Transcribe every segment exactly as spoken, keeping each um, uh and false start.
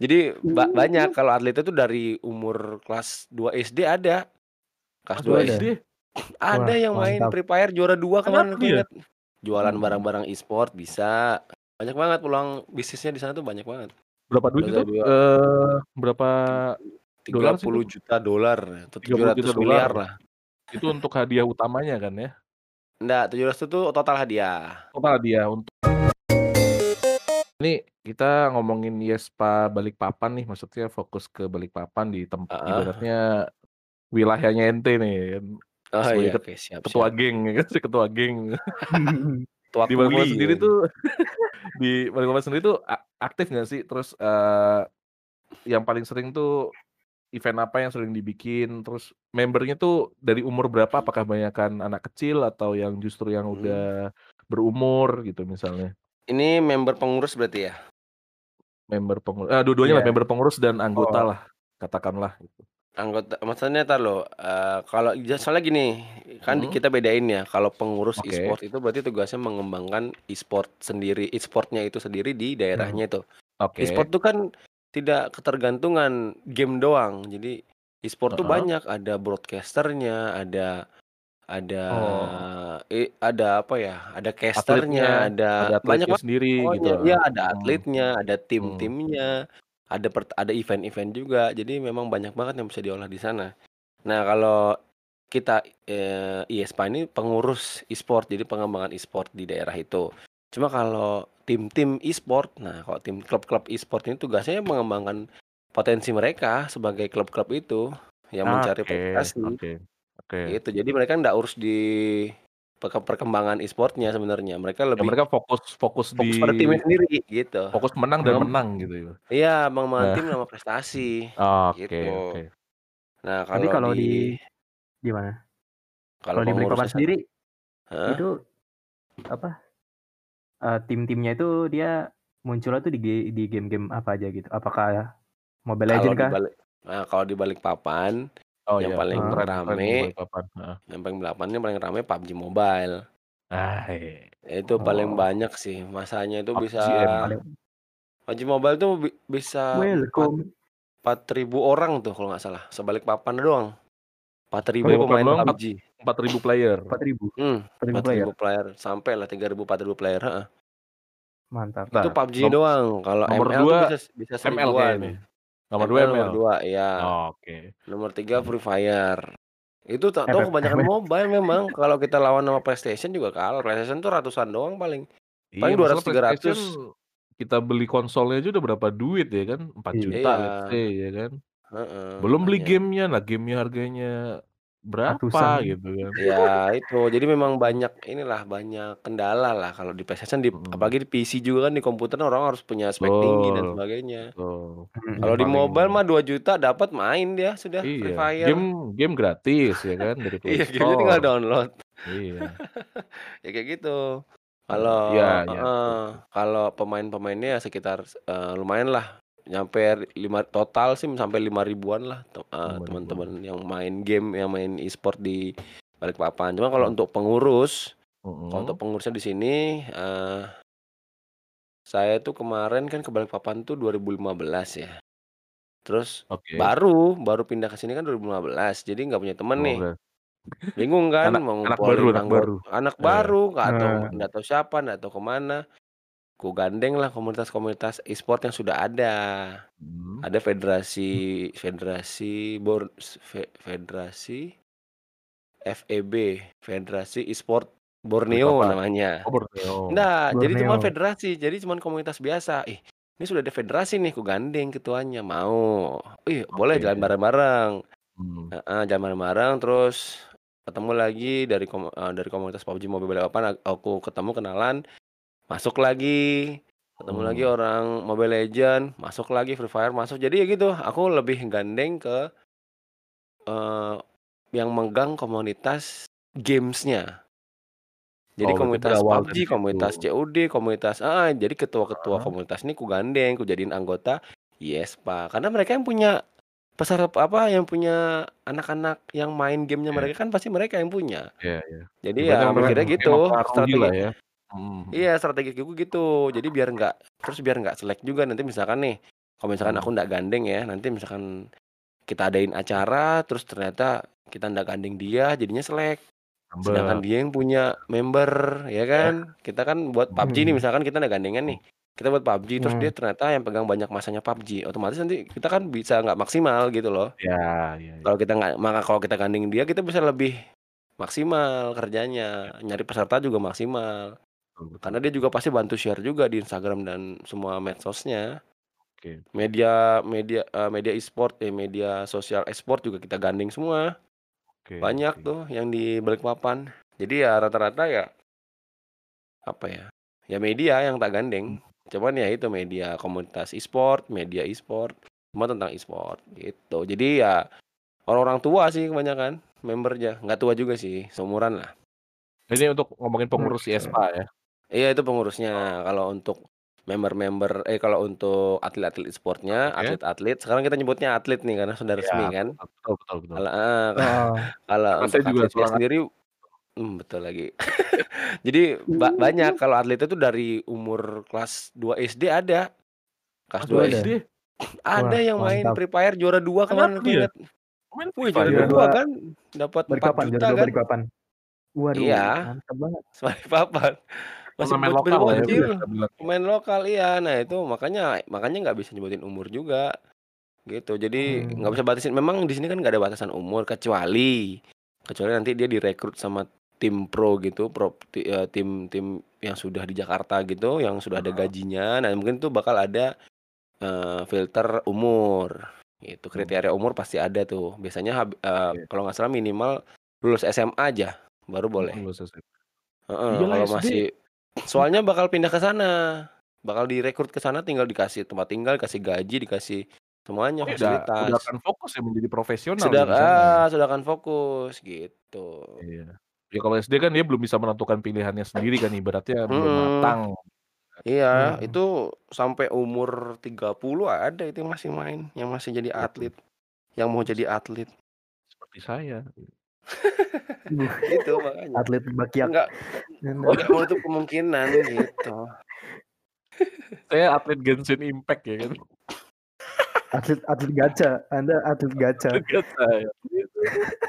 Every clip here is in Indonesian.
Jadi ba banyak kalau atlet itu dari umur kelas dua S D ada. Kelas Kelas dua dua S D ada? ada Wah, yang main mantap. Free Fire juara dua Ada kemarin apa aku dia? inget. Jualan Mhm. barang-barang e-sport bisa. Banyak banget peluang bisnisnya di sana tuh banyak banget. Berapa duit Terus itu? ada juga Eee, berapa tiga dolar sih puluh itu? juta dolar atau tiga tujuh puluh juta ratus dolar. miliar lah. Itu untuk hadiah utamanya kan ya? Nggak, tujuh ratus itu total hadiah. Total hadiah untuk Ini kita ngomongin YESPA Balikpapan nih, maksudnya fokus ke Balikpapan di tem Heeh. ibaratnya wilayahnya ente nih kan, Oh sebagai iya, ket oke, siap ketua siap. geng ya kan, si ketua geng. Ketua Di Balikpapan kuli sendiri ya. tuh di Balikpapan sendiri tuh a aktif nggak sih? Terus, eee, yang paling sering tuh event apa yang sering dibikin? Terus member-nya tuh dari umur berapa? Apakah banyakan anak kecil atau yang justru yang Mmm. udah berumur gitu misalnya? Ini member pengurus berarti ya? Member pengu eee, dua-duanya lah, Iya. member pengurus dan Oh. anggotalah, katakanlah gitu. Anggota maksudnya entar loh, eee, kalau ja soalnya gini, kan di Mhm. kita bedain ya, kalau pengurus Oke. e-sport itu berarti tugasnya mengembangkan e-sport sendiri, e-sport-nya itu sendiri di Mhm. daerahnya itu. E-sport Oke. tuh kan tidak ketergantungan game doang. Jadi e-sport tuh Heeh. banyak, ada broadcaster-nya, ada ada Oh. i ada apa ya, ada caster-nya, Atletnya, ada ada banyak atletnya banget sendiri gitu, pokoknya. heeh, Iya, ada mmm, atletnya, ada mmm. tim-timnya, ada pert ada event-event juga. Jadi memang banyak banget yang bisa diolah di sana. Nah, kalau kita, eee, YESPA ini pengurus e-sport, jadi pengembangan e-sport di daerah itu. Cuma kalau tim-tim e-sport, nah kalau tim klub-klub e-sport ini tugasnya mengembangkan potensi mereka sebagai klub-klub itu, yang mencari Oke prestasi. oke oke. Gitu, jadi mereka ndak urus di peke perkembangan e-sport-nya sebenarnya, mereka Ya lebih mereka fokus fokus di fokus pada timnya sendiri, gitu. fokus menang dan Mengem menang gitu ya. iya, mengembangkan Nah tim sama prestasi, oke gitu. oke. Nah, Tapi kalau kalau di di gimana? kalau Kalau di pengurusnya Balikpapan san sendiri, heeh? itu apa, eee, tim-timnya itu dia munculnya tuh di ge di game-game apa aja gitu? Apakah Mobile Kalau Legends di kah? Balik nah, kalau di Balikpapan Oh yang iya, paling Heeh. keren keren di rame Balikpapan, heeh. yang paling Balikpapan yang paling rame PUBG Mobile. Ah, iya. Itu paling Oh. banyak sih, masanya itu bisa PUBG M. Paling PUBG Mobile tuh bi bisa empat Welcome. empat ribu orang tuh kalau nggak salah, se-Balikpapan doang. empat ribu Oh. Balikpapan pemain doang empat PUBG. empat ribu player. empat ribu? Mmm, empat ribu empat ribu player? player, sampailah tiga ribu, empat ribu player, heeh. Mantap. Itu Bentar, PUBG nom doang, kalau nomor M L tuh dua bisa bisa M-L kayaknya nih, seribuan. nomor dua M-L nomor M-L? dua, iya. Oke. Nomor tiga Mhm. Free Fire. Itu tahu-tahu kebanyakan F-F-M-L. mobile memang, kalau kita lawan sama PlayStation juga kalah, PlayStation tuh ratusan doang paling. Iya, Paling dua masalah ratus, tiga PlayStation ratus. kita beli konsolnya aja udah berapa duit ya kan, empat Iya. juta Iya. let's say ya kan. Heeh, Belum beli makanya. game-nya, lah game-nya harganya berapa Ratusan. gitu kan. Ya itu, jadi memang banyak inilah, banyak kendala lah kalau di PlayStation, dip Mhm. apalagi di P C juga kan, di komputer orang harus punya spek tinggi dan Betul sebagainya. betul, yang Kalau di Mhm. paling mobile mah dua juta dapat main dia sudah, Iya, Free Fire. game game gratis ya kan dari Play Iya, game-nya tinggal Store. download. Iya. Ya kayak gitu. Heeh, Kalau iya iya, heeh, betul betul. kalau pemain-pemainnya ya sekitar, eee, lumayanlah, nyampe lima total sih sampai lima ribuan lah, te eee, lima teman-teman ribuan. yang main game, yang main e-sport di Balikpapan. Cuma kalau Mmm. untuk pengurus, kalau untuk Mhm. pengurusnya di sini, eee saya tuh kemarin kan ke Balikpapan tuh dua ribu lima belas ya. Terus Oke. baru baru pindah ke sini kan dua ribu lima belas, jadi nggak punya temen nih. Semoga. Bingung kan Anak mau anak baru ngumpulin anak anggot baru, anak iya. baru, nggak tahu Nah. nggak tahu siapa, nggak tahu ke mana. Kugandenglah komunitas-komunitas e-sport yang sudah ada. Mhm. Ada federasi federasi bor s fe federasi F-E-B, Federasi E-sport Borneo Balikpapan? namanya. Oh, Borneo. Nggak, jadi cuman Borneo. federasi, jadi cuman komunitas biasa. "Ih, ini sudah ada federasi nih," kugandeng ketuanya, "mau." "Ih, boleh jalan Oke. bareng-bareng." Mmm. Heeh, jalan bareng-bareng, terus ketemu lagi dari komu eee, dari komunitas PUBG Mobile Balikpapan, ak aku ketemu, kenalan, masuk lagi. Ketemu lagi Mhm. orang Mobile Legends, masuk lagi, Free Fire masuk. Jadi ya gitu, aku lebih gandeng ke eee, yang megang komunitas games-nya. Jadi Oh, berarti komunitas berawal dari PUBG, komunitas situ. COD, komunitas heeh, jadi ketua-ketua Heeh. komunitas ini kugandeng, kujadiin anggota YESPA. Karena mereka yang punya peserta apa, yang punya anak-anak yang main game-nya Oke. mereka kan pasti mereka yang punya. Iya iya. Jadi Ibaratnya ya memang mikirnya kayak gitu, mempengaruhilah strategi ya. Mhm mhm. iya, strategiku gitu. Jadi biar nggak terus biar nggak selek juga nanti misalkan nih, Kalau misalkan aku Oh. nggak gandeng ya, nanti misalkan kita adain acara, terus ternyata kita nggak gandeng dia, jadinya selek. Sedangkan Ngambek. dia yang punya member, ya Iya. kan? Kita kan buat P U B G nih, Hmm. misalkan kita nggak gandengan nih, Hmm. kita buat P U B G, terus dia Hmm. ternyata yang pegang banyak masanya P U B G, otomatis nanti kita kan bisa nggak maksimal gitu loh. Iya iya iya. Kalau kita nggak maka kalau kita gandeng dia, kita bisa lebih maksimal kerjanya, Iya. nyari peserta juga maksimal. Betul betul Karena dia betul. juga pasti bantu share juga di Instagram dan semua medsosnya. Oke oke. Media media, eee, media e-sport, eh, media sosial e-sport juga kita gandeng semua. Oke Banyak oke. tuh yang di Balikpapan. Jadi ya rata-rata ya apa ya, ya media yang tak Hmm. gandeng. Cuman ya itu media komunitas e-sport, media e-sport, semua tentang e-sport, gitu. Jadi ya orang-orang tua sih kebanyakan membernya, nggak tua juga sih, seumuran lah. Ini untuk ngomongin pengurus Oke. IESPA ya? Iya itu pengurusnya. Oh. Kalau untuk member-member eh, kalau untuk atlet-atlet e-sport-nya, Atletnya? atlet-atlet, sekarang kita nyebutnya atlet nih karena sudah Iya, resmi betul kan. betul betul betul. Kalau heeh, Heeh. kalau Karena untuk saya juga atletnya seorang sendiri mmm, betul lagi. Jadi ba banyak kalau atletnya tuh dari umur kelas dua S D ada. Kelas Kelas dua dua Oh ada? S D. Ada Wah yang main mantap. Free Fire juara dua Kenapa kemarin aku dia? inget. Main Free Wih juara Juara Fire? dua dua kan, dapat empat Balikpapan juara juta dua kan. Balikpapan? Waduh, Iya, mantap banget. Balikpapan. Masih Turnamen lokal lah ya Hebat bocil-bocil, bisa kita bilang ya? pemain lokal, iya. Nah itu makanya makanya nggak bisa nyebutin umur juga, gitu. Jadi nggak Hmm. bisa batasin memang di sini kan nggak ada batasan umur kecuali kecuali nanti dia direkrut sama tim pro gitu, pro ti eee, tim tim yang sudah di Jakarta gitu, yang sudah ada Heeh. gajinya. Nah mungkin itu bakal ada, eee, filter umur, gitu. Hmm. Kriteria umur pasti ada tuh. Biasanya hab eee, Oke. kalau nggak salah minimal lulus S M A aja, baru Mhm, boleh. lulus S M A. Heeh, Iyalah kalau S D. masih soalnya bakal pindah ke sana, bakal direkrut ke sana tinggal dikasih tempat tinggal, dikasih gaji, dikasih semuanya, Berarti udah udah fasilitas. akan fokus ya menjadi profesional Sudah ya di sana ya? ah, sudah akan fokus, gitu. Iya. Ya kalau S D kan dia belum bisa menentukan pilihannya sendiri kan, ibaratnya belum Mhm. matang. Iya, Hmm. itu sampai umur tiga puluh ada itu yang masih main, yang masih jadi Waduh. atlet, yang mau Se jadi atlet. seperti saya. Duh, Itu makanya. atlet bakyak. Enggak Bener. enggak menutup kemungkinan, gitu. Saya atlet Genshin Impact ya kan. Atlet atlet gacha, Anda atlet gacha. Atlet gacha ya, gitu.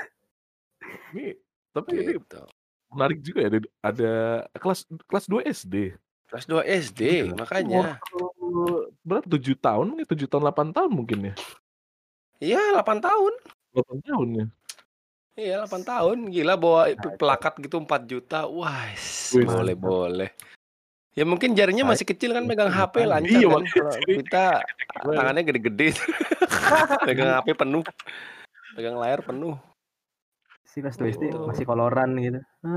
Ini, tapi ini Gitu. menarik juga ya, ada ada kelas kelas dua S D? Kelas dua S D, Gila, umur makanya. berapa tujuh tahun mungkin, tujuh tahun, delapan tahun mungkin ya? Iya delapan tahun. delapan tahun ya? Iya delapan tahun, gila bawa pe Saya pelakat gitu empat juta, wais, Wis. boleh Mantap. boleh. Ya mungkin jarinya Saya masih kecil kan S D megang H P ngapain? lancar Iya kan, makanya kalau jadi kita gimana? tangannya gede-gede, megang Iya. H P penuh, pegang layar penuh. Si kelas dua S D Gitu. masih koloran gitu.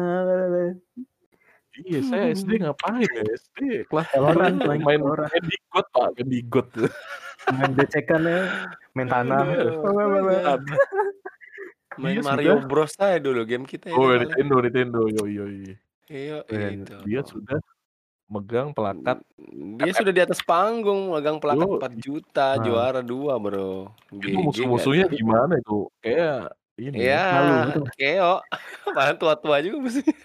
Iya, saya S D ngapain ya, S D kelas Koloran, paling main main koloran. Candy God Pak, Candy God. Main becekan ya, main tanah. Aduh, makanya. Main Dia Mario sudah Bros aja dulu game kita itu Oh paling. Nintendo Nintendo, yoi yoi. Iya Keren. itu Dia tuh. sudah megang pelakat Mmm, dia sudah di atas panggung megang pelakat empat Yoi. juta, Nah. juara dua Bro, Itu G G nggak musuh-musuhnya tuh? gimana itu, kayak ini Iya, ya. Malu betul. Keo, padahal tua-tua juga musuhnya.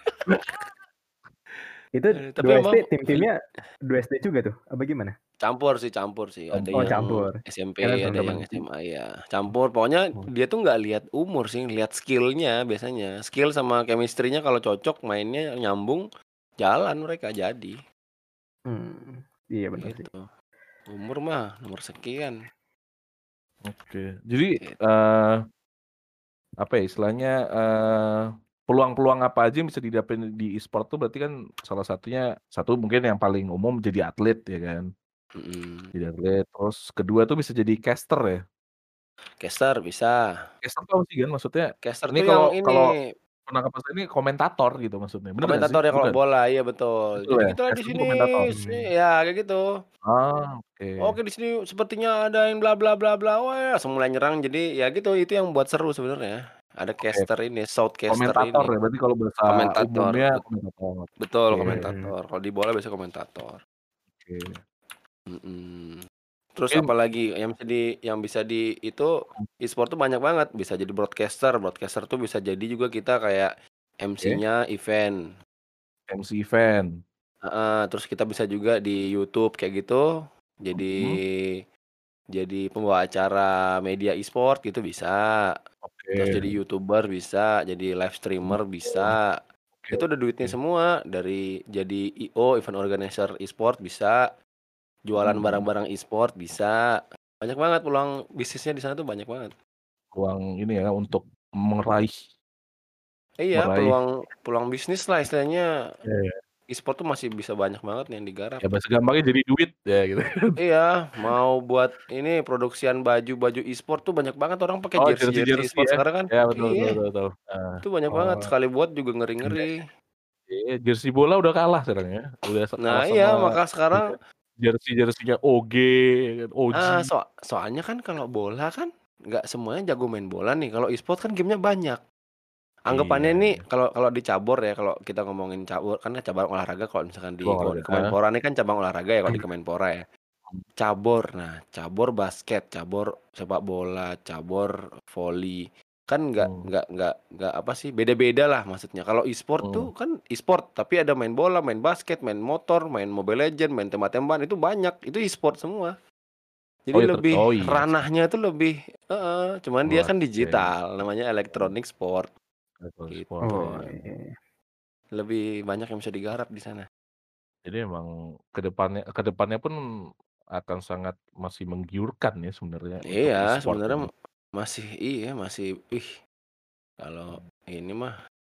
Itu Aduh, tapi dua S D memang fil tim-timnya dua S D juga tuh, apa gimana? Campur sih campur sih, ada Oh yang campur, S M P, kirain ada temen-temen. yang S M A ya, campur. Pokoknya Oh. dia tuh nggak lihat umur sih, lihat skill-nya biasanya. Skill sama chemistry-nya kalau cocok, mainnya nyambung, jalan mereka jadi. Hmm, iya benar sih. Gitu. Umur mah nomor sekian. Oke, jadi, Gitu. eee, apa ya istilahnya, eee, peluang-peluang apa aja yang bisa didapetin di e-sport tuh berarti kan salah satunya, satu mungkin yang paling umum jadi atlet ya kan. Mhm. Jadi atlet, terus kedua tuh bisa jadi caster ya? Caster bisa. Caster tuh apa sih Gan maksudnya? Caster Ini tuh kalau yang kalau ini penangkapan saya ini komentator gitu maksudnya, bener nggak sih? komentator ya kalau Bukan? bola, iya betul. Betul Jadi ya? kita lihat di Caster tuh sini komentator? se Hmm. ya kayak gitu. Ah, oke. Oke di sini sepertinya ada yang bla bla bla bla, wah langsung mulai nyerang. Jadi ya gitu, itu yang buat seru sebenarnya. Ada Oke. caster ini, shoutcaster Komentator ini. ya, berarti kalau bahasa Komentator, umumnya bet komentator. betul Oke. Hmm. komentator. Kalau di bola biasanya komentator. Oke. Mhm. Terus Mungkin apalagi yang bisa di yang bisa di itu, Mhm. e-sport tuh banyak banget, bisa jadi broadcaster, broadcaster tuh bisa jadi juga kita kayak Oke. M C-nya event. M C event. Heeh, terus kita bisa juga di YouTube kayak gitu, jadi Mhm. jadi pembawa acara media e-sport gitu bisa. Terus Oke. jadi YouTuber bisa, jadi live streamer Oh, bisa. oke Itu ada duitnya oke. semua, dari jadi I O, event organizer e-sport bisa, jualan Mhm mhm. barang-barang e-sport bisa. Banyak banget peluang bisnisnya di sana tuh banyak banget. Peluang ini ya, untuk meraih Iya, meraih peluang peluang bisnis lah istilahnya, Iya iya. e-sport tuh masih bisa banyak banget yang digarap. Ya bahasa gampangnya jadi duit, ya gitu kan. Iya, mau buat ini produksian baju-baju e-sport tuh banyak banget orang pakai Oh, jersey-jersey jersey-jersey e-sport ya? sekarang kan. Ya betul betul Iya, betul betul. Heeh. itu banyak banget, Oh. sekali buat juga Iya ngeri-ngeri. iya. Iya, jersey bola udah kalah sekarang ya, udah se Nah kalah iya, sama maka iya, sekarang jersey-jersey-nya O G ya kan, O-G. Ah, so soalnya kan kalau bola kan nggak semuanya jago main bola nih, kalau e-sport kan game-nya banyak. Iya Anggapannya nih iya. kalau kalau di cabur ya, kalau kita ngomongin cabur, kan cabang olahraga kalau misalkan di Cabang kalau di olahraga, heeh. Kemenpora ini kan cabang olahraga ya kalau di Mmm. Kemenpora ya. Mmm. Cabur, nah cabur basket, cabur sepak bola, cabur voli, kan nggak Mmm. nggak nggak nggak apa sih, beda-beda lah maksudnya. Kalau e-sport Mmm. tuh kan e-sport, tapi ada main bola, main basket, main motor, main Mobile Legends, main tembak-tembakan, itu banyak, itu e-sport semua. Oh Jadi ya ter lebih oh iya sih. ranahnya itu lebih heeh, cuman dia Luas, kan iya iya. digital, namanya Mmm. electronic sport, Electronic sport, gitu. Oh, iya. iya iya. Lebih banyak yang bisa digarap di sana. Jadi emang ke depannya ke depannya pun akan sangat masih menggiurkan ya sebenarnya untuk Iya, e-sport sebenarnya ini. masih iya, masih wih, kalau Mmm. ini mah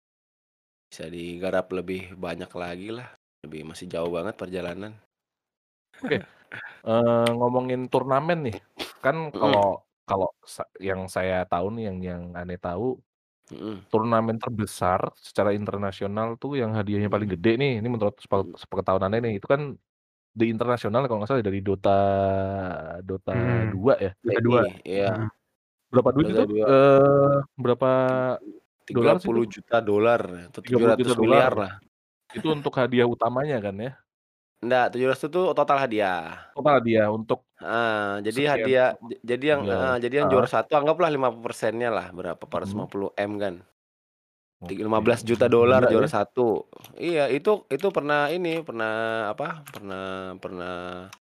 bisa digarap lebih banyak lagi lah, lebih masih jauh banget perjalanan. Oke, eee, ngomongin turnamen nih, kan Mhm. kalau kalau sa yang saya tahu nih, yang yang aneh tahu, Mhm. turnamen terbesar secara internasional tuh yang hadiahnya paling Mhm. gede nih, ini menurut sepe Mhm. sepengetahuan Aneh nih, itu kan di internasional kalau nggak salah dari Dota Dota Mhm, dua ya? Dota dua, T-I, iya. heeh. Berapa duit itu? Dota dua. Eee, berapa tiga dolar sih itu? puluh juta dolar atau tiga tujuh puluh ratus juta dolar. miliar lah. Itu untuk hadiah utamanya kan ya? Nggak, tujuh ratus itu total hadiah. Total hadiah untuk Heeh, jadi sekian hadiah oh, ja jadi yang hadiah heeh, jadi yang heeh. juara satu anggaplah lima puluh persennya lah, berapa, empat ratus lima Mhm. puluh M kan. Tiga lima Oke, belas juta wih dolar gila ya. juara satu. Iya, itu itu pernah ini, pernah apa, pernah pernah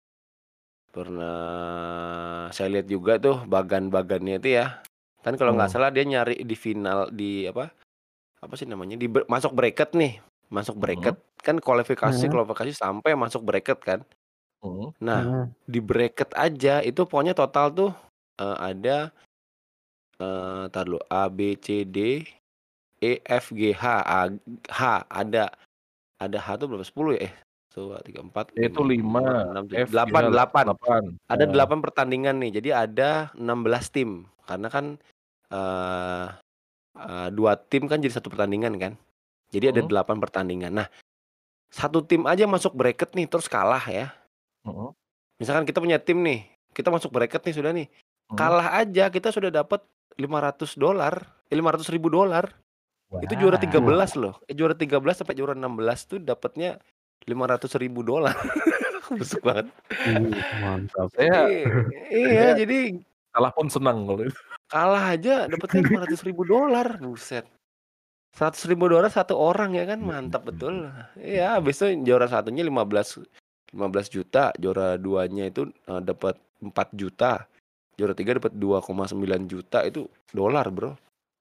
pernah saya lihat juga tuh bagan-bagannya itu ya. Kan kalau nggak Mmm. salah dia nyari di final di apa, apa sih namanya, di bre masuk bracket nih, masuk bracket. Mhm. Kan kualifikasi Mhm. kualifikasi sampai masuk bracket kan. Mhm. Nah, Mhm. di bracket aja itu pokoknya total tuh, eee, ada eee, entar dulu, A, B, C, D, E, F, G, H, ag H, ada ada H tuh berapa, sepuluh ya? Eh, satu, dua, tiga, empat, D itu lima, lima, enam, tujuh, F, G, H, delapan delapan. delapan, Ada heeh. delapan pertandingan nih, jadi ada enam belas tim. Karena kan, eee eee, dua tim kan jadi satu pertandingan kan. Jadi ada Mhm. delapan pertandingan. Nah, satu tim aja masuk bracket nih terus kalah ya. Mhm. Misalkan kita punya tim nih, kita masuk bracket nih sudah nih, Mhm. kalah aja kita sudah dapat lima ratus dolar, eh, lima ratus ribu dolar. Itu juara tiga Wah. belas loh, eh, juara tiga belas sampai juara enam belas tuh dapatnya lima ratus ribu dolar. Busuk banget. Wih, mantap. Saya I iya, saya jadi kalah pun senang kalau itu. kalah aja dapatnya lima ratus ribu dolar, buset. seratus ribu dolar satu orang ya kan, Iya iya mantap iya betul. iya. Iya, Mhm. habis itu juara satunya lima belas lima belas juta, juara duanya itu, eee, dapat empat juta, juara tiga dapat dua koma sembilan juta, itu dolar, Bro.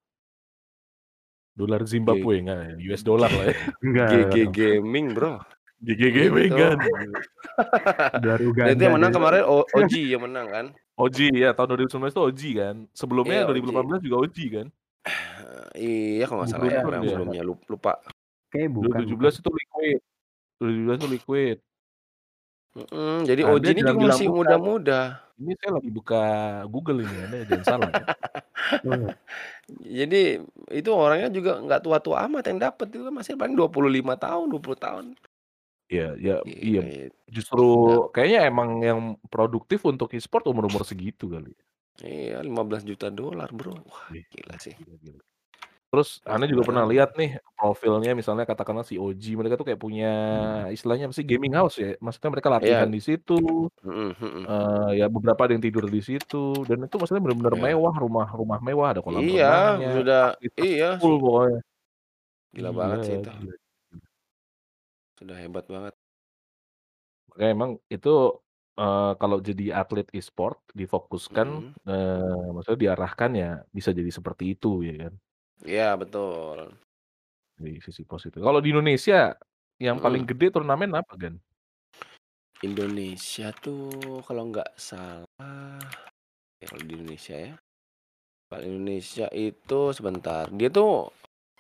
Dolar G Zimbabwe, enggak ya, US dollar lah ya. Enggak GG enggak dong. Gaming, Bro. GG Gaming Gitu. kan. Dolar Dan itu Uganda yang menang dia. kemarin O OG yang menang kan. OG ya, tahun dua ribu sembilan belas itu OG kan. Sebelumnya Iya, dua ribu delapan OG. belas juga OG kan. Iya kalau nggak salah ya, Beruntun yang dia. sebelumnya lup lupa. Kayaknya dua ribu bukan tujuh bukan. belas itu Liquid, dua ribu tujuh belas itu Liquid. Mhm, jadi OG Anda ini jangan juga bilang masih bukan. muda-muda. Ini saya lagi buka Google ini, Anda jangan salah ya. Oh. Jadi itu orangnya juga nggak tua-tua amat yang dapat, itu kan masih paling dua puluh lima tahun, dua puluh tahun. Iya iya iya, Gitu. justru Nggak kayaknya emang yang produktif untuk e-sport umur-umur segitu kali ya. Iya, lima belas juta dolar, Bro. Wah, Wih, gila gila sih. gila gila. Terus Nggak Anda juga pernah sembarangan. lihat nih profilnya misalnya katakanlah si OG, mereka tuh kayak punya istilahnya apa sih, gaming house ya, maksudnya mereka latihan Iya. di situ, Mhm mhm. eee, ya beberapa ada yang tidur di situ, dan itu maksudnya bener-bener Iya. mewah, rumah-rumah mewah, ada kolam Iya, renangnya, sudah fasilitas iya, full su pokoknya. gila Gila banget sih itu. gila gila. Sudah hebat banget. Makanya emang itu eee, kalau jadi atlet e-sport difokuskan, Mhm. eee, maksudnya diarahkan ya bisa jadi seperti itu ya kan. Iya betul. Dari sisi positif. Kalau di Indonesia yang paling Mhm. gede turnamen apa, Gan? Indonesia tuh kalau nggak salah ya kalau di Indonesia ya, kalau Indonesia itu sebentar, dia tuh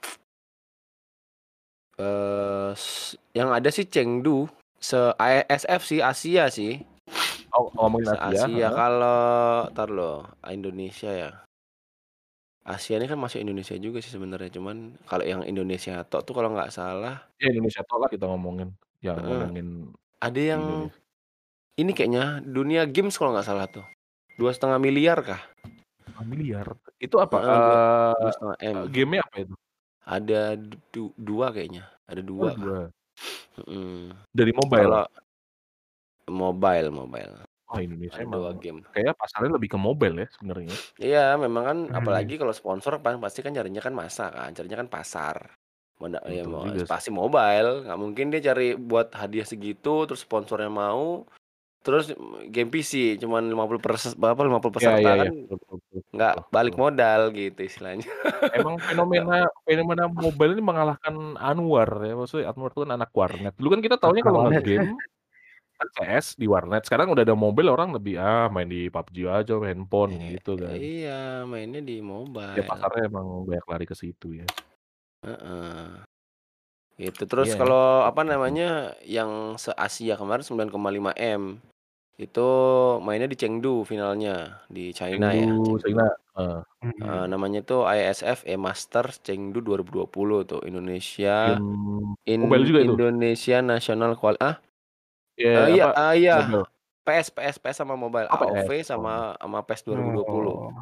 eee, s yang ada sih Chengdu, se-A S F sih, Asia sih. Oh, ngomongin Asia, Se-Asia. heeh. Kalau entar loh, Indonesia ya. Asia ini kan masuk Indonesia juga sih sebenarnya, cuman kalau yang Indonesia tok tuh kalau nggak salah Ya Indonesia tok lah kita ngomongin, yang heeh, ngomongin ada di yang Indonesia. ini kayaknya Dunia Games kalau nggak salah tuh, dua setengah miliar kah? lima miliar? Itu apa, Heeh, dua dua eee, setengah M. eee, game-nya apa itu? Ada du dua kayaknya, ada Oh dua kah? dua. Mhm. Dari mobile? Kalau mobile mobile. Wah Indonesia Ada dua emang game. kayaknya pasarnya lebih ke mobile ya sebenarnya. Iya memang kan Mhm. apalagi kalau sponsor kan pasti kan nyarinya kan massa kan, carinya kan pasar. Mana ya Betul mau juga sih. pasti mobile, nggak mungkin dia cari buat hadiah segitu, terus sponsornya mau, terus game P C cuman lima puluh perses berapa, lima puluh Ya ya peserta ya, kan betul betul nggak betul balik betul. modal gitu istilahnya. Emang Nggak fenomena fenomena mobile ini mengalahkan Anwar ya, maksudnya Anwar itu kan anak warnet. Dulu kan kita taunya Anak kalau warnet. nge-game kan C S di warnet, sekarang udah ada mobile orang lebih, ah main di P U B G aja, handphone Eee, gitu kan. iya mainnya di Ya mobile. pasarnya emang banyak lari ke situ ya. Heeh. Itu terus Iya, kalau apa betul. namanya, yang se-Asia kemarin sembilan koma lima M, itu mainnya di Chengdu finalnya, di China ya, Chengdu, Chengdu. China, heeh. Heeh, Mhm. namanya tuh I S F E-Masters Chengdu dua ribu dua puluh tuh, Indonesia Game mobile in juga itu? Indonesia National Qual ah? Iya, Eee, iya, apa, eee, iya, mobile? PS PS PS sama mobile, Oh A-O-V P S, oh. sama sama PES dua ribu dua puluh. Oh.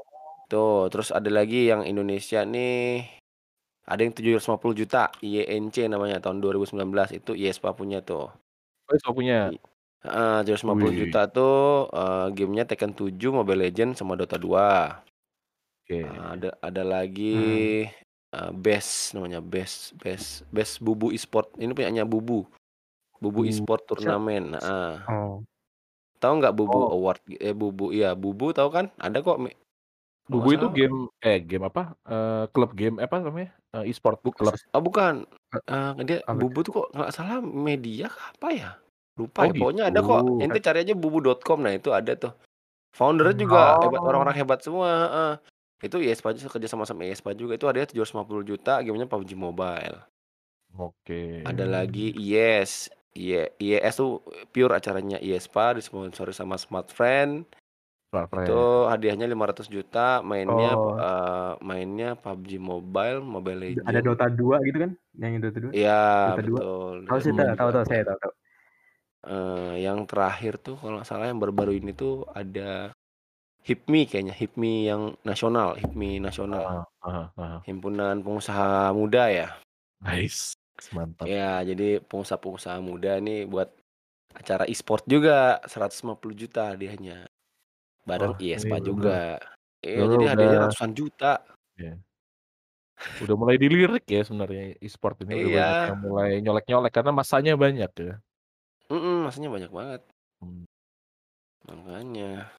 Tuh, terus ada lagi yang Indonesia nih, ada yang tujuh ratus lima puluh juta, Y N C namanya tahun dua ribu sembilan belas itu I-E-S-P-A punya tuh. Oh I-S-P-A punya? I heeh, tujuh ratus lima puluh Wih. juta tuh, eee, game-nya Tekken tujuh, Mobile Legends, sama Dota dua. Eee, Oke. ada ada lagi, Mhm. eee, BES namanya, BES BES BES Bubu Esports, ini punyanya Bubu, Bubu Bu Esports Siap Turnamen, heeh. oh. Tahu nggak Bubu Oh. Award? Eh, Bubu iya, Bubu tahu kan? Ada kok me kalau Bubu nggak itu salah game eh, game apa, eee, klub game apa namanya, eee, e-sport Buk klub? oh bukan, E eee, dia apa Bubu tuh? tuh kok nggak salah media kah apa ya? Lupa Oh ya, pokoknya gitu. ada kok, ente cari aja bubu dot com, nah itu ada tuh. Founder-nya Mmm. juga hebat, orang-orang Oh. hebat semua, heeh. Itu I-E-S-P-A juga kerja sama sama I-E-S-P-A juga, itu hadiahnya tujuh ratus lima puluh juta, game-nya P U B G Mobile. Oke. Ada lagi Mmm. I-E-S, IE I-E-S tuh pure acaranya I-E-S-P-A disponsori sama Smartfren. Smartfren. Itu hadiahnya lima ratus juta, mainnya, Oh. eee, mainnya P U B G Mobile, Mobile Ada Legends. Dota dua gitu kan? Yang Dota dua? Iya Dota dua? betul, Tahu Dota sih, dua ta tahu juga tahu, ada. saya tahu tahu. Eee, yang terakhir tuh kalau nggak salah yang baru-baru ini tuh ada HIPMI kayaknya, HIPMI yang nasional, HIPMI nasional. Heeh heeh heeh. Himpunan Pengusaha Muda ya. Nice, mantap. Iya, jadi pengusaha-pengusaha muda nih buat acara e-sport juga, seratus lima puluh juta hadiahnya. Bareng Wah ini I-E-S-P-A bener, juga. Iya, bener jadi udah hadiahnya ratusan juta. Iya. Udah mulai dilirik ya sebenarnya e-sport ini, udah banyak yang Iya. mulai nyolek-nyolek karena massanya banyak ya. Mhm, massanya banyak banget. Mmm. Makanya.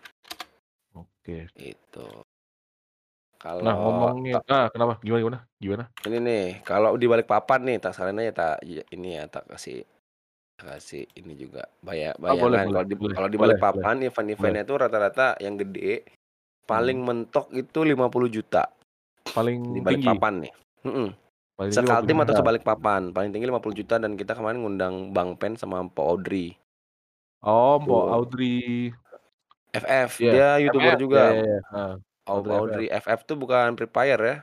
Oke. Itu. Nah Kalau ngomongin ka ah, kenapa? Gimana gimana? Gimana? Ini nih, kalau di Balikpapan nih, tak sekalian aja tak ya ini ya, tak kasih kasih ini juga, baya Oh boleh bayangan boleh kalau di boleh kalau di boleh boleh Balikpapan boleh. event-event-nya itu rata-rata yang gede, paling Mhm. mentok itu lima puluh juta. Di Paling tinggi? Balikpapan nih, mhm. Paling tinggi lima puluh Sekaltim atau juta? se-Balikpapan, paling tinggi lima puluh juta dan kita kemarin ngundang Bang Pen sama Mpok Audrey. Oh Mpok Tuh. Audrey. F F, Iya, dia YouTuber M-F, ya juga, ya ya, heeh, Au Audrey F-F. Audrey, F F tuh bukan Free Fire ya.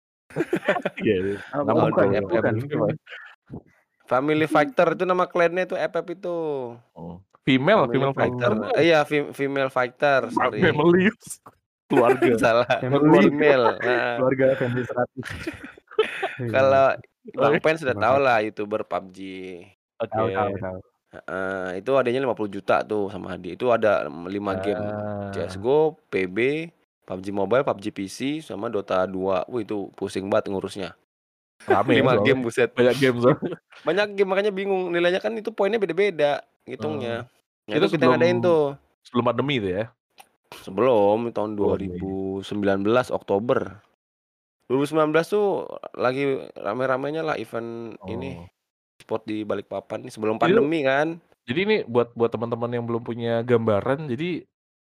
Iya iya, Oh oh nama bukan ya? Audrey F F. Bukan bukan. Family Fighter itu nama klannya itu F F itu. Oh, female Family female fighter Fighter, bukan? iya fe female fighter, Fa sorry. families, keluarga, Salah, Family, female, heeh. keluarga family seratus. Iya. Kalau Bang Oke. Pen sudah Female tahu fighter. lah YouTuber P U B G. Tahu tahu Oke. tahu. Heeh, itu hadiahnya lima puluh juta tuh sama hadiah itu ada lima game, Ah. C-S-G-O, P-B, P U B G Mobile, P U B G P C, sama Dota dua. Wih itu pusing banget ngurusnya. Rame ya lima soalnya, game buset. banyak game It soalnya. banyak game makanya bingung nilainya kan itu poinnya beda-beda Oh. ngitungnya. Nah Itu itu kita ngadain sebelum tuh. sebelum pandemi itu ya? Sebelum, tahun dua Sebelum pandemi. ribu sembilan belas Oktober. dua ribu sembilan belas tuh lagi rame-ramenya lah event ini, Oh. sport di Balikpapan nih sebelum Itu pandemi kan. jadi ini buat buat teman-teman yang belum punya gambaran, jadi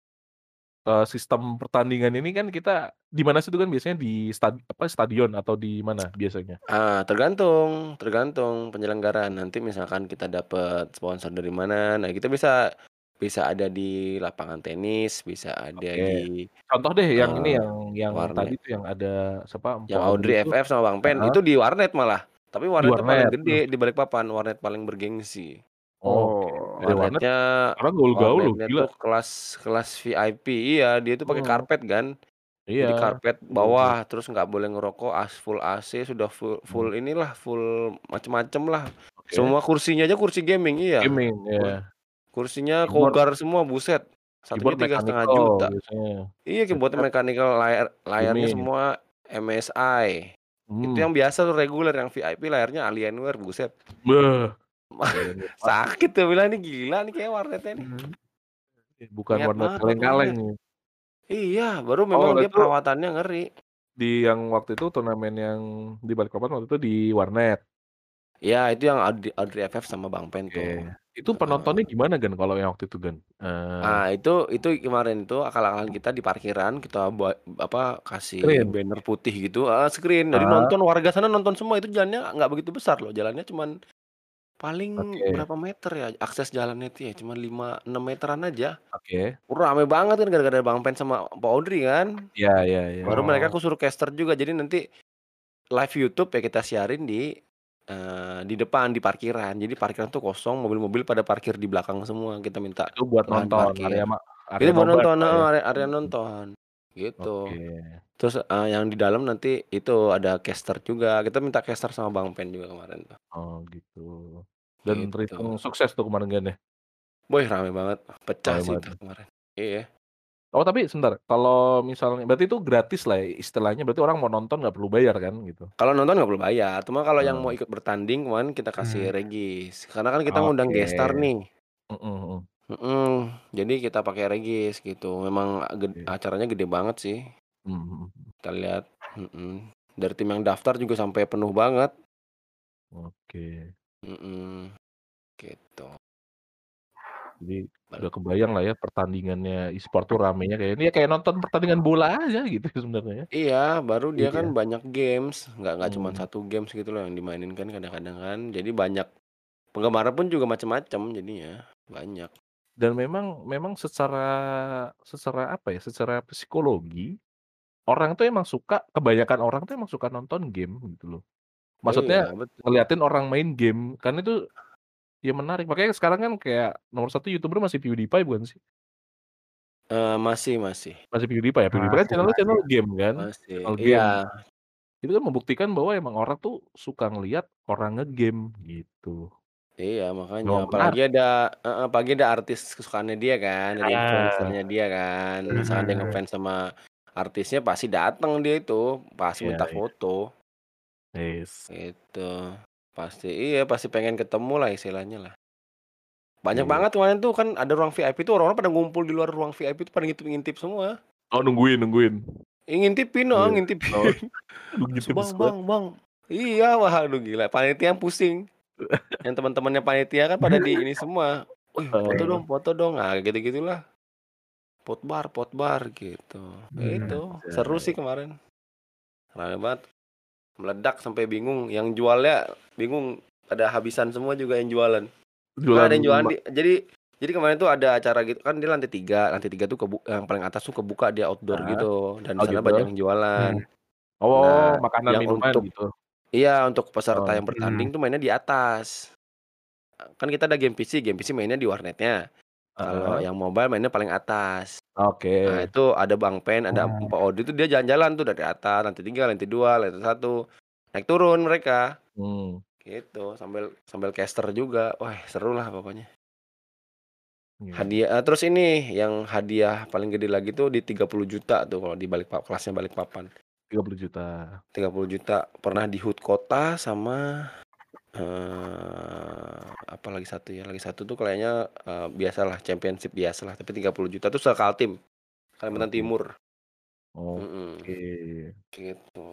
eee, sistem pertandingan ini kan kita di mana sih itu kan biasanya di stad apa, stadion atau di mana biasanya? Ah, tergantung tergantung penyelenggaraan. Nanti misalkan kita dapet sponsor dari mana, nah kita bisa bisa ada di lapangan tenis, bisa ada Oke. di, Contoh deh yang ini eee, yang yang tadi warnet. tuh yang ada siapa, Yang Mpok Audrey Audrey itu F F sama Bang Pen heeh, itu di warnet malah, tapi di warnetnya paling warnet, terus gede di Balikpapan, warnet paling bergengsi. oke, Oh. gede warnet Warnetnya sekarang gaul-gaul loh, warnetnya gila. tuh kelas kelas V I P, iya dia tuh pakai Heeh, karpet kan. Jadi iya, karpet betul betul. bawah, terus nggak boleh ngerokok, as full A C, sudah full Mmm, full inilah, full macem-macem lah. oke. Semua kursinya aja kursi gaming, iya. Gaming, Kur ya. kursinya Keyboard Cougar semua, buset. Satunya keyboard tiga setengah mechanical juta. biasanya. Iya keyboard Headset mechanical, layar layarnya gaming. semua M S I. Itu Mmm, yang biasa tuh reguler, yang V I P layarnya Alienware, buset. beh, Alienware plastik. Sakit tuh bilang, "Ini gila nih kayaknya warnetnya nih." Mhm. Bukan Niat warnet banget buat kaleng-kaleng warnet. nih. Iya, baru memang Oh dia itu perawatannya ngeri. di yang waktu itu turnamen yang di Balikpapan waktu itu di warnet? Iya, itu yang Audrey Audrey F F sama Bang Pen Oke. tuh. Itu Heeh. penontonnya gimana Gan kalau yang waktu itu Gan? Eee, Ah, itu itu kemarin itu akal-akalan kita di parkiran, kita buat apa, kasih screen? banner putih gitu heeh, screen. Jadi Heeh, nonton warga sana nonton semua, itu jalannya nggak begitu besar loh, jalannya cuman paling oke berapa meter ya, akses jalannya itu ya, cuman lima, enam meteran aja. oke. Rame banget kan gara-gara Bang Pen sama Pak Audrey kan. Iya iya iya. Baru mereka Oh. aku suruh caster juga, jadi nanti live YouTube ya kita siarin di, eee, di depan, di parkiran. Jadi parkiran tuh kosong, mobil-mobil pada parkir di belakang semua, kita minta Itu buat lahan nonton, parkir. area ma Itu area buat nobar nonton lah heeh, ya? area area Mhm, nonton, gitu. oke. Terus, eee, yang di dalam nanti itu ada caster juga, kita minta caster sama Bang Pen juga kemarin tuh, Oh gitu. Dan gitu. terhitung sukses tuh kemarin Gan ya? Wih rame banget, pecah Rame sih banget itu ya? kemarin. Iya. Oh tapi sebentar, kalau misalnya berarti itu gratis lah ya istilahnya, berarti orang mau nonton nggak perlu bayar kan gitu? Kalau nonton nggak perlu bayar, cuma kalau yang mau Eee, ikut bertanding kemarin kita kasih Mmm. regis, karena kan kita ngundang oke. gestar nih. Mhm mhm. Mhm, jadi kita pakai regis gitu, memang ged Oke. acaranya gede banget sih, Mhm mhm. kita lihat, mhm. Dari tim yang daftar juga sampai penuh banget, Oke. mhm, gitu. Jadi Bal udah kebayang lah ya pertandingannya e-sport tuh ramenya kayak ini ya kayak nonton pertandingan bola aja gitu sebenarnya ya. Iya, baru dia kan Iya. banyak games, nggak nggak cuman Mmm, satu games gitu loh yang dimainin kan kadang-kadang kan, jadi banyak penggemarnya pun juga macam-macam jadinya, banyak. dan memang memang secara secara apa ya, secara psikologi, orang tuh emang suka kebanyakan orang tuh emang suka nonton game gitu loh. Iya, Maksudnya betul. ngeliatin orang main game, kan itu ya menarik. Makanya sekarang kan kayak nomor satu YouTuber masih PewDiePie bukan sih? Eee, masih masih Masih PewDiePie ya? PewDiePie kan Masih channel-nya masih. channel game kan, masih, channel iya. game. Itu kan membuktikan bahwa emang orang tuh suka ngelihat orang nge-game gitu. Iya, makanya Memang apalagi menarik. ada heeh, apalagi ada artis kesukaannya dia kan, ada Ah, influencer-nya dia kan. Misalkan dia Mhm. ngefans sama artisnya pasti dateng dia itu, pasti iya minta iya, foto, yes, gitu. Pasti iya, pasti pengen ketemu lah istilahnya lah. Banyak iya. banget kemarin tuh kan ada ruang V I P tuh orang-orang pada ngumpul di luar ruang V I P tuh pada ngintip-ngintip semua. Oh nungguin nungguin? Ih, ngintipin heeh, Nungguin. Oh, ngintipin. aduh Terus, ngintip "Bang squad. Bang Bang." Iya, wah aduh gila, panitia yang pusing. Yang teman-temannya panitia kan pada di ini semua, "Wih, foto Eee, dong foto dong." Nah, gitu-gitulah. Potbar potbar gitu. Ya Mmm. itu, seru anjay. sih kemarin, rame banget, meledak sampai bingung, yang jualnya bingung, pada habisan semua juga yang jualan. Kan Jualan ada yang jualan ma di jadi jadi kemarin tuh ada acara gitu kan di lantai tiga lantai tiga tuh kebu yang paling atas tuh kebuka dia outdoor heeh, gitu, dan di oh sana gitu? banyak yang jualan. Mmm. Oh Nah, makanan yang minuman untuk gitu? iya, untuk peserta Oh, yang Mmm. bertanding tuh mainnya di atas. Kan kita ada game P C, game P C mainnya di warnetnya, kalau heeh, yang mobile mainnya paling atas. Nah, oke, itu ada Bang Pen, ada Oh. Mpok Odi itu dia jalan-jalan tuh dari atas, lantai tiga, lantai dua, lantai satu, naik turun mereka, mmm, gitu, sambil sambil caster juga. Wah, seru lah pokoknya. iya, Hadiah eee, terus ini, yang hadiah paling gede lagi tuh di tiga puluh juta tuh kalau di Balikpa kelasnya Balikpapan. tiga puluh juta. Tiga puluh juta pernah di H U T Kota sama Eee, apa lagi satu ya, lagi satu tuh kayaknya, eee, biasalah championship biasalah, tapi tiga puluh juta tuh se-Kaltim, Kalimantan Oke. Timur. Mhm, Oke. gitu.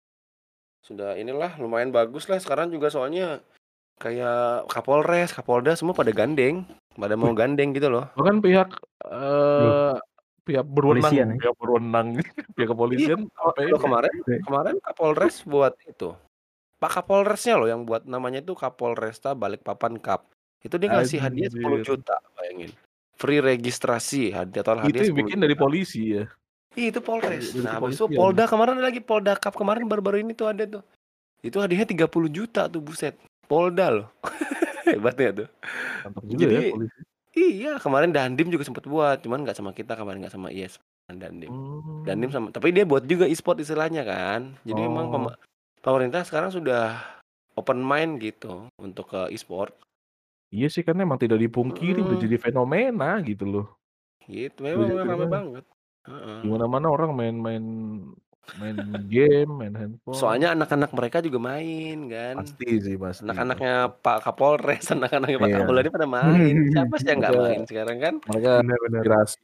Sudah inilah lumayan baguslah sekarang juga soalnya kayak Kapolres, Kapolda semua pada gandeng, pada mau Wih, gandeng gitu loh. bahkan pihak, Loh, eee, pihak berwenang polisian ya? pihak berwenang pihak Iya, kepolisian kalau sampai kalau ini ya. kemarin kemarin Kapolres buat itu, Pak Kapolresnya loh yang buat namanya itu Kapolresta Balikpapan Kap. Itu dia ngasih hadiah sepuluh Anjir. juta bayangin. Free registrasi, hadiah total Itu hadiah yang sepuluh bikin dari juta. polisi ya? Iya itu Dari Polres. dari Nah habis itu kepolisian. Polda kemarin ada lagi, Polda Kap kemarin baru-baru ini tuh ada tuh. Itu hadiahnya tiga puluh juta tuh, buset. Polda loh. Hebatnya tuh. Mantap juga ya Jadi polisi. iya kemarin Dandim juga sempet buat, cuman nggak sama kita kemarin, nggak sama I S Dandim. Dandim Mmm. sama tapi dia buat juga e-sport istilahnya kan. Jadi memang peme Oh. pemerintah sekarang sudah open mind gitu untuk ke e-sport. Iya sih kan emang tidak dipungkiri udah Mhm. jadi fenomena gitu loh. Gitu, Udah memang jadi memang rame fenomena. banget. Di Heeh. mana-mana orang main main main game, main handphone. Soalnya anak-anak mereka juga main kan. Pasti sih, pasti Anak-anaknya pasti. Pak Kapolres, anak-anaknya Pak Iya. Kapolda ini pada main. Siapa sih yang nggak Mereka main sekarang kan? mereka Bener bener. inspirasi.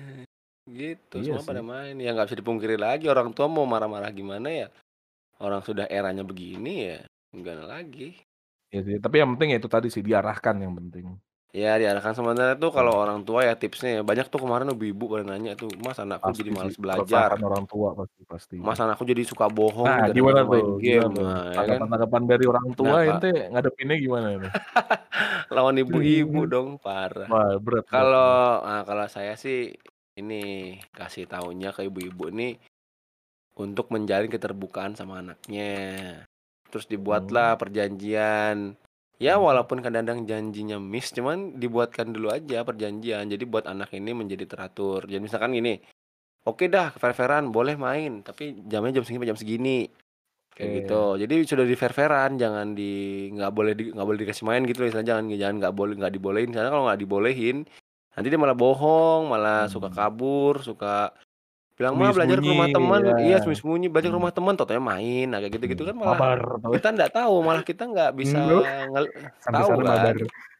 Gitu, Iya semua pada sih. main. Ya nggak bisa dipungkiri lagi orang tua mau marah-marah gimana ya, orang sudah eranya begini ya, gimana lagi. Iya sih, tapi yang penting ya itu tadi sih, diarahkan yang penting. Ya diarahkan sebenarnya tuh kalau Betul. orang tua ya tipsnya ya, banyak tuh kemarin ibu-ibu pada nanya tuh, "Mas anakku jadi Pasti sih, males belajar. keresahan orang tua pasti pasti itu. Mas anakku jadi suka bohong Nah, nih gimana gara-gara tuh main gimana game." tuh? Nah ya kan. Tanggapan-tanggapan dari orang tua Nah Kak ente ngadepinnya gimana nih? lawan ibu-ibu dong, parah. Wah, berat berat berat. Kalau nah kalau saya sih ini, kasih taunya ke ibu-ibu nih untuk menjalin keterbukaan sama anaknya. Terus Mhm. dibuatlah perjanjian. Ya Mhm. walaupun kadang-kadang janjinya miss, cuman dibuatkan dulu aja perjanjian. Jadi buat anak ini menjadi teratur. Jadi misalkan gini, "Oke dah fair-fair-an boleh main, tapi jamnya jam segini sampai jam segini." Kayak gitu. Oke. Jadi sudah di fair-fair-an, jangan di nggak boleh di nggak boleh dikasih main gitu loh istilahnya, jangan jangan nggak boleh nggak dibolehin. Karena kalau nggak dibolehin, nanti dia malah bohong, malah suka Mmm. kabur, suka bilang, "Ma belajar ke Sembunyi-sembunyi, rumah temen." ya. Iya sembunyi-sembunyi, belajar ke Mmm. rumah temen, tau-taunya main. Nah kayak gitu-gitu Mmm, kan malah mabar kita nggak tahu, malah kita nggak bisa Mmm, oh, ngel sampai tahu sana kan. mabar.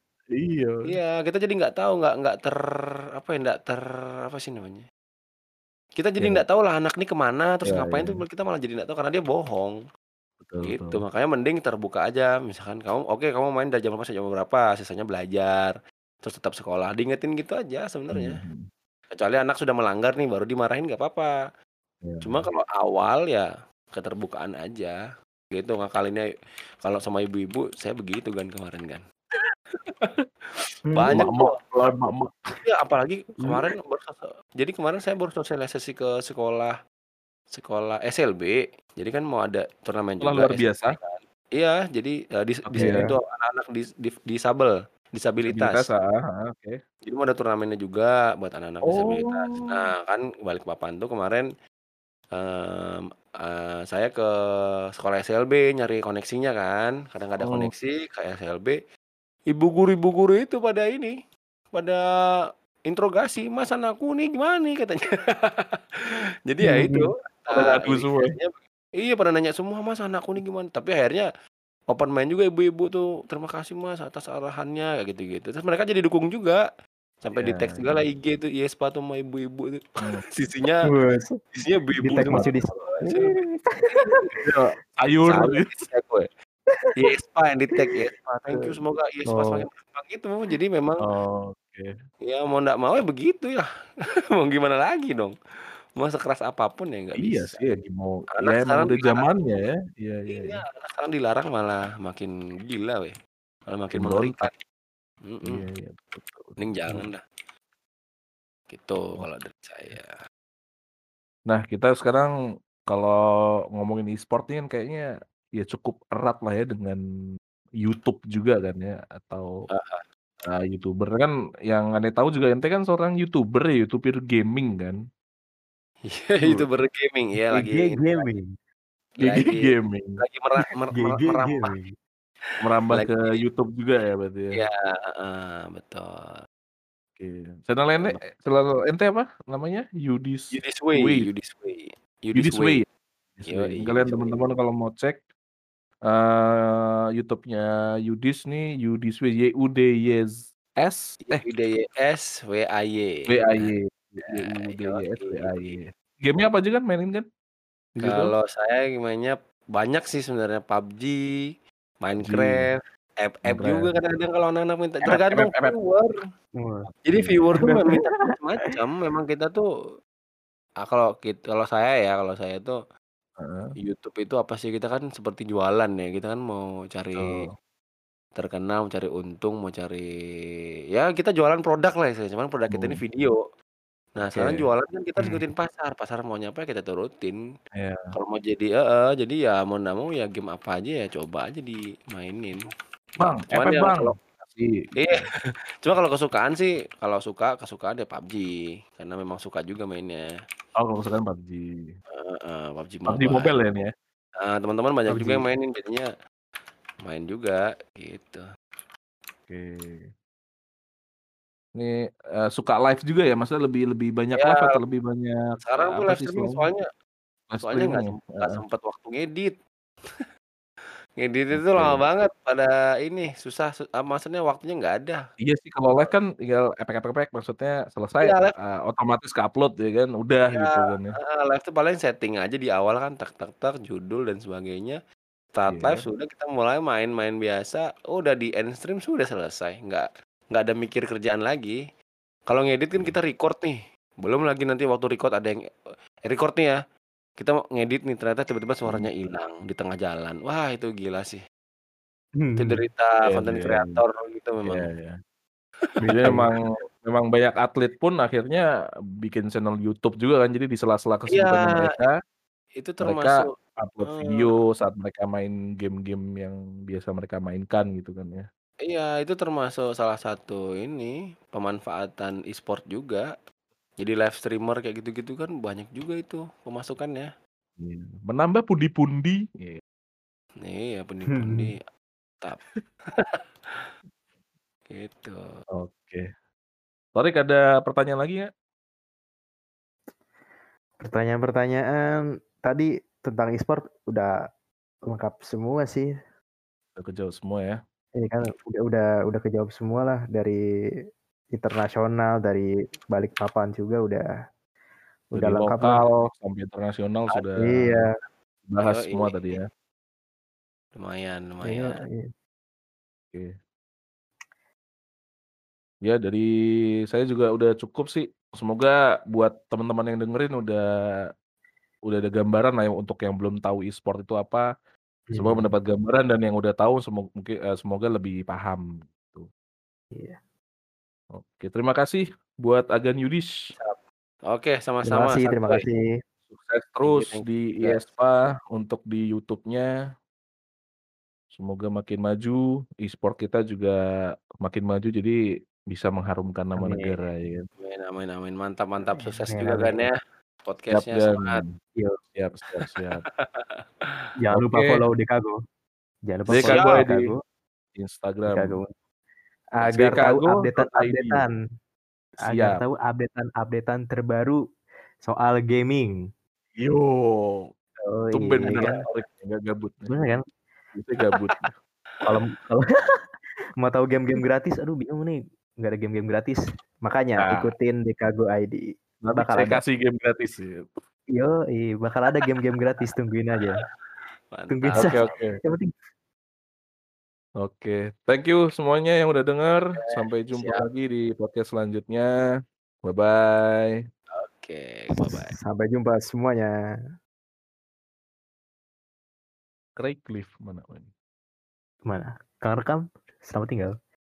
Iya. Iya, kita jadi nggak tahu, nggak nggak ter apa ya, nggak ter apa sih namanya, kita jadi Iya. nggak tahu lah anak nih ke mana, terus Iya ngapain tuh iya. kita malah jadi nggak tahu karena dia bohong. Betul Gitu, betul. makanya mending terbuka aja. Misalkan kamu oke kamu main dari jam berapa sampai jam berapa, sisanya belajar, terus tetap sekolah, diingetin gitu aja Mmm, sebenarnya. mhm. Kecuali anak sudah melanggar nih baru dimarahin nggak apa-apa. Cuma Iya. kalau awal ya keterbukaan aja, gitu ngakalinnya kalau sama ibu-ibu saya begitu kan kemarin kan. Mmm. Banyak Emak-emak tuh, lawan emak-emak. iya apalagi Mmm. kemarin baru sose jadi kemarin saya baru sosialisasi ke sekolah sekolah S L B, jadi kan mau ada turnamen Sekolah juga luar S L B biasa? kan. Iya, jadi, eee, dis di situ Oke. tuh anak-anak dis dif disabel, Disabilitas, disabilitas. heeh heeh, oke. Jadi mau ada turnamennya juga buat anak-anak disabilitas. Oh. Nah kan Balikpapan tuh kemarin, mmm, eee, saya ke sekolah S L B nyari koneksinya kan, karena nggak ada Mhm. koneksi ke S L B, ibu guru ibu guru itu pada ini, pada interogasi, "Mas anakku nih gimana nih?" Katanya. Jadi ya itu, Mhm. Pada eee, ngadu semua. inisiasinya iya pada nanya semua, "Mas anakku nih gimana?" Tapi akhirnya open mind juga ibu-ibu tuh, "Terima kasih Mas atas arahannya," kayak gitu-gitu. Terus mereka jadi dukung juga, sampai di-tag Iya segala iya. I G tuh I-S-P A tuh sama ibu-ibu tuh. Mmm. Sisinya Buset, isinya ibu-ibu di-tag semua Mas Yudis. S L B. Iya, sayur Saya gitu. di-tag weh, I-S-P-A yang di-tag, I-S-P-A, "Thank you Eee, semoga I-S-P-A semakin oh. berkembang," gitu. Jadi memang Oke. ya mau nggak mau ya begitu ya, mau gimana lagi dong, mau sekeras apapun ya nggak Iya bisa. sih, lagi mau ya Anak emang sekarang udah dilarang zamannya ya. Iya iya iya, iya. anak sekarang dilarang malah makin gila weh, malah makin Pemberontak. mengerikan. Mhm, Iya iya, betul betul mending betul. jangan Mmm. dah. Gitu Oh. kalau dari saya. Nah kita sekarang kalau ngomongin e-sport nih kan kayaknya ya cukup erat lah ya dengan YouTube juga kan ya atau, Heeh. eee, YouTuber kan yang aneh tahu juga ente kan seorang YouTuber ya, YouTuber gaming kan? Iya Tuh. YouTuber gaming, iya G lagi G ini lagi Gaming. G G lagi Gaming. lagi mera mer G mer G merambah Gaming. Merambah ke lagi YouTube juga ya berarti ya? iya, heeh, betul. Oke, channel ene Memang. channel ente apa namanya? Yudis Yudis Way Way? Yudis Way Yudis Yudis Way Way, Yudis Way. yoi Ini kalian Yudis Way. teman-teman kalau mau cek Eee, YouTube-nya Yudis nih, Yudis W Y U D Y S Y eh U D Y S W A Y. W A Nah, Y, Y nah, U D Y S W A yoi. Y. Game-nya apa aja kan mainin kan? Di situ? Kalau saya mainnya banyak sih sebenarnya P U B G, P U B G, Minecraft, F-F juga Minecraft. kadang-kadang kalau anak-anak minta, M F M tergantung F M F. viewer. Wah, Jadi Oke. viewer tuh memang minta macam-macam, memang kita tuh ah, kalau kit kalau saya ya, kalau saya tuh Heeh. YouTube itu apa sih, kita kan seperti jualan ya, kita kan mau cari Betul. terkenal, mau cari untung, mau cari ya kita jualan produk lah istilahnya, cuman produk kita ini Hmm. video. Nah, sekarang Oke. jualan kan kita harus Hmm. ngikutin pasar, pasar maunya apa ya kita turutin. Iya. Kalau mau jadi heeh, jadi ya mau nggak mau ya game apa aja ya coba aja dimainin. Bang, Cuman F F ya Bang, kalau kasih iya, gitu. cuma kalau kesukaan sih, kalau suka kesukaan ya P U B G, karena memang suka juga mainnya. Oh, kalau kesukaan P U B G. Heeh, P U B G P U B G Mobile. Mobile ya ini ya? Heeh, teman-teman banyak juga P U B G. yang mainin, jadinya main juga gitu. Oke. Ini, eee, suka live juga ya? Maksudnya lebih lebih banyak Ya, live atau lebih banyak, sekarang eee, tuh apa live sih streaming istilahnya? soalnya Live soalnya nggak streaming ya? sem nggak Heeh. sempet waktu ngedit. Ngedit itu lama Oke. banget, pada ini susah su eee, maksudnya waktunya nggak ada. Iya sih kalau live kan tinggal epek-epek-epek, maksudnya selesai, Iya live eee, otomatis ke-upload ya kan, udah Iya, gitu kan ya. heeh, live tuh paling setting aja di awal kan tek tek tek, judul dan sebagainya. Start live Iya. sudah kita mulai main-main biasa, udah di end stream sudah selesai, nggak nggak ada mikir kerjaan lagi. Kalau ngedit kan Mmm. kita record nih, belum lagi nanti waktu record ada yang eee, record nih ya, kita mau ngedit nih ternyata tiba-tiba Mhm. suaranya ilang di tengah jalan. Wah itu gila sih. Itu Mhm. derita Iya konten iya iya. kreator gitu Iya memang. iya. Jadi Iya. memang memang banyak atlet pun akhirnya bikin channel YouTube juga kan, jadi di sela-sela Iya, kesibukannya mereka, itu mereka termasuk upload video eee saat mereka main game-game yang biasa mereka mainkan gitu kan ya. Iya, itu termasuk salah satu ini, pemanfaatan e-sport juga. Jadi live streamer kayak gitu-gitu kan banyak juga itu pemasukannya. Iya, menambah pundi-pundi. Iya. Iya, pundi-pundi, tap. Gitu. Oke. Torik ada pertanyaan lagi nggak? Pertanyaan-pertanyaan tadi tentang e-sport udah lengkap semua sih. Udah kejawab semua ya. Ini kan udah udah udah kejawab semua lah, dari internasional, dari Balikpapan juga udah udah Dari lengkap lah. lokal sampai internasional Ad sudah Iya. dibahas semua yoi. tadi ya. Lumayan lumayan. Yoi. Oke. Ya dari saya juga udah cukup sih. Semoga buat teman-teman yang dengerin udah udah ada gambaran lah ya untuk yang belum tahu e-sport itu apa, semoga Hmm. mendapat gambaran dan yang udah tahu semo mungkin, eee, semoga lebih paham gitu. Iya. Oke, terima kasih buat Agan Yudis. Siap. Oke, Terima sama-sama kasih terima santuy. kasih. Sukses Thank you terus thank you di juga. I-E-S-P-A untuk di YouTube-nya. Semoga makin maju, e-sport kita juga makin maju jadi bisa mengharumkan nama Amin. negara ya kan. Amin amin amin, mantap mantap, sukses Amin juga Gan amin. ya, Siap podcast-nya, Gan. semangat. Yo. Siap siap siap. Jangan lupa Oke. follow Dekago. Jangan lupa follow Dekago Siap. I D, Dekago. Dekago. Instagram. Agar tahu dekago.id. update-an-update-an. Agar Siap. tahu update-an-update-an terbaru soal gaming. Yo, Oh tumben iya bener kan. Torik nggak gabut nih. Bener kan? Biasanya gabut. Kalau kalau mau tahu game-game gratis, aduh bingung nih, nggak ada game-game gratis. Makanya Nah. ikutin Dekago I D. Nanti Bakal saya ada. kasih game gratis ya. Yoi, bakal ada game-game gratis, tungguin aja. Tungguin Mantap. Oke saja. oke. Yang penting Oke, thank you semuanya yang udah denger. Oke, Sampai jumpa siap. lagi di podcast selanjutnya. Bye-bye. Oke, bye-bye. Sampai jumpa semuanya. Craig Cliff mana ini? Mana? Kang rekam? Selamat tinggal.